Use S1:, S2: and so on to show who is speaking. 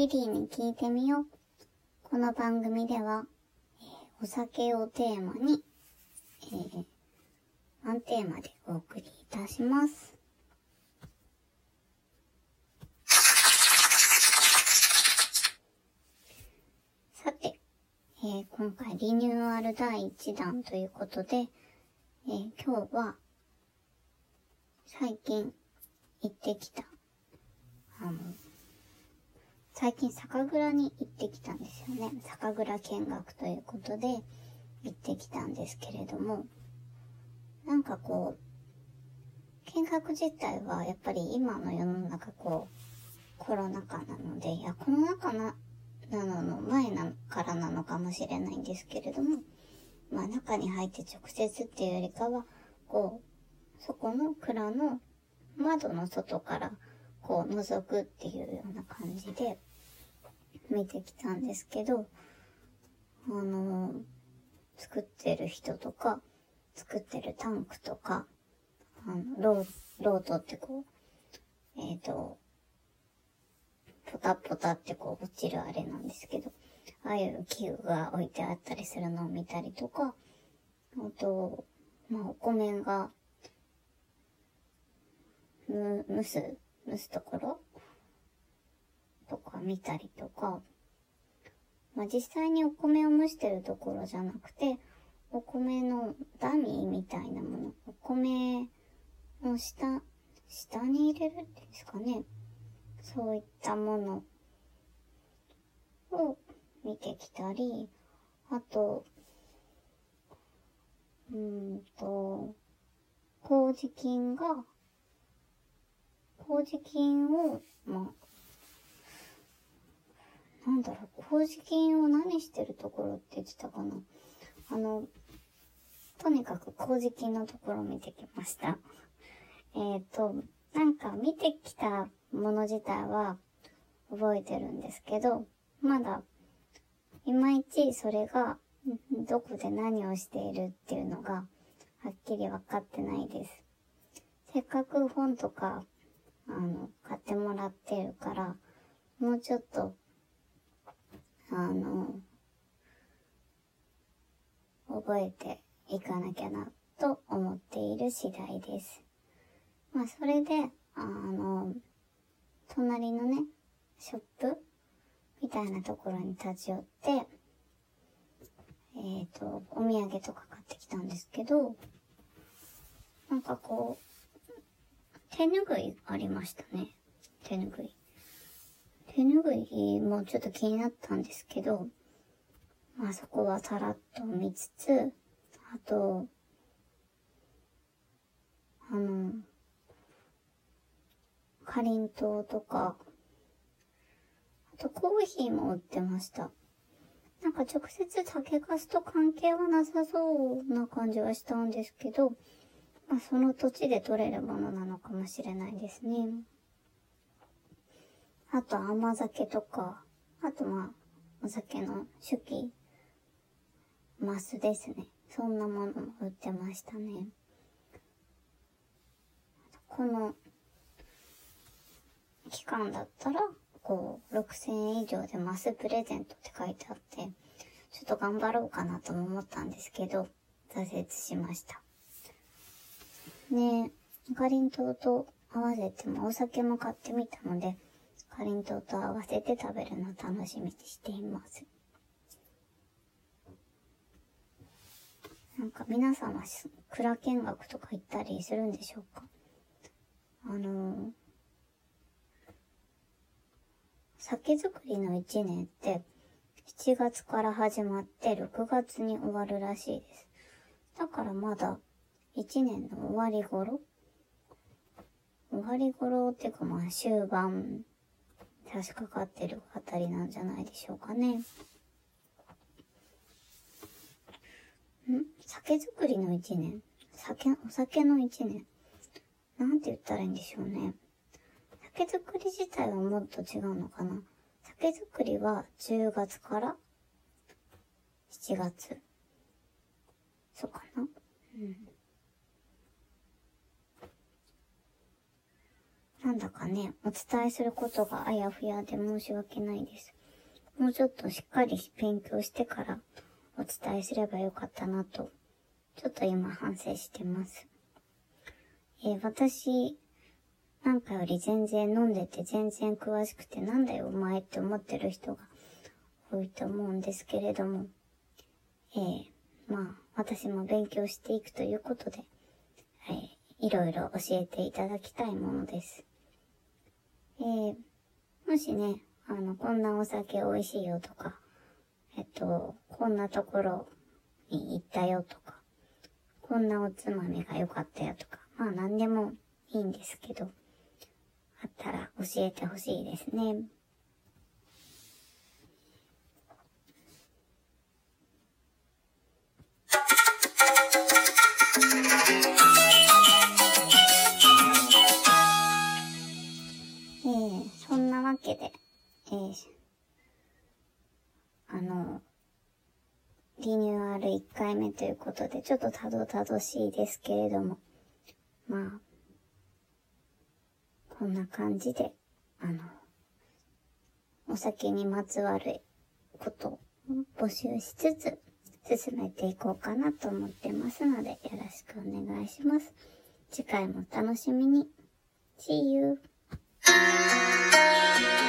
S1: リーに聞いてみよう。この番組では、お酒をテーマに、ワンテーマでお送りいたします。さて、今回リニューアル第1弾ということで、今日は最近行ってきた、最近酒蔵に行ってきたんですよね。酒蔵見学ということで行ってきたんですけれども、なんかこう、見学自体はやっぱり今の世の中コロナ禍なので、コロナ禍なのの前からなのかもしれないんですけれども、中に入って直接っていうよりかは、そこの蔵の窓の外から覗くっていうような感じで見てきたんですけど、作ってる人とか、作ってるタンクとか、ロートってポタポタって落ちるあれなんですけど、ああいう器具が置いてあったりするのを見たりとか、あと、お米が蒸すところとか見たりとか、実際にお米を蒸してるところじゃなくて、お米のダミーみたいなもの、お米の下に入れるんですかね。そういったものを見てきたり、あと、麹菌を、麹菌を何してるところって言ってたかな。とにかく麹菌のところを見てきました。見てきたもの自体は覚えてるんですけど、まだいまいちそれがどこで何をしているっていうのがはっきり分かってないです。せっかく本とか買ってもらってるから、もうちょっと覚えていかなきゃなと思っている次第です。それで隣のねショップみたいなところに立ち寄って、お土産とか買ってきたんですけど、手ぬぐいありましたね。手ぬぐいもちょっと気になったんですけど、そこはさらっと見つつ、あと、かりんとうとか、あとコーヒーも売ってました。直接酒粕と関係はなさそうな感じはしたんですけど、その土地で取れるものなのかもしれないですね。あと甘酒とか、あとお酒の酒器、マスですね。そんなものも売ってましたね。この期間だったら、6000円以上でマスプレゼントって書いてあって、ちょっと頑張ろうかなとも思ったんですけど、挫折しました。かりんとうと合わせてもお酒も買ってみたので、かりんとうと合わせて食べるのを楽しみにしています。皆さんは蔵見学とか行ったりするんでしょうか？酒造りの1年って7月から始まって6月に終わるらしいです。だからまだ1年の終わり頃っていうか終盤差し掛かってるあたりなんじゃないでしょうかね。酒造りの1年、お酒の1年、なんて言ったらいいんでしょうね。酒造り自体はもっと違うのかな。酒造りは10月から7月。そうかな。 だかね、お伝えすることがあやふやで申し訳ないです。もうちょっとしっかり勉強してからお伝えすればよかったなと、ちょっと今反省してます。私、なんかより全然飲んでて全然詳しくてなんだよお前って思ってる人が多いと思うんですけれども、まあ私も勉強していくということで、いろいろ教えていただきたいものです。もしね、こんなお酒美味しいよとか、こんなところに行ったよとか、こんなおつまみが良かったよとか、まあ何でもいいんですけど、あったら教えてほしいですね。そんなわけで、リニューアル1回目ということで、ちょっとたどたどしいですけれども、まあ、こんな感じで、お酒にまつわることを募集しつつ、進めていこうかなと思ってますので、よろしくお願いします。次回もお楽しみに。See you!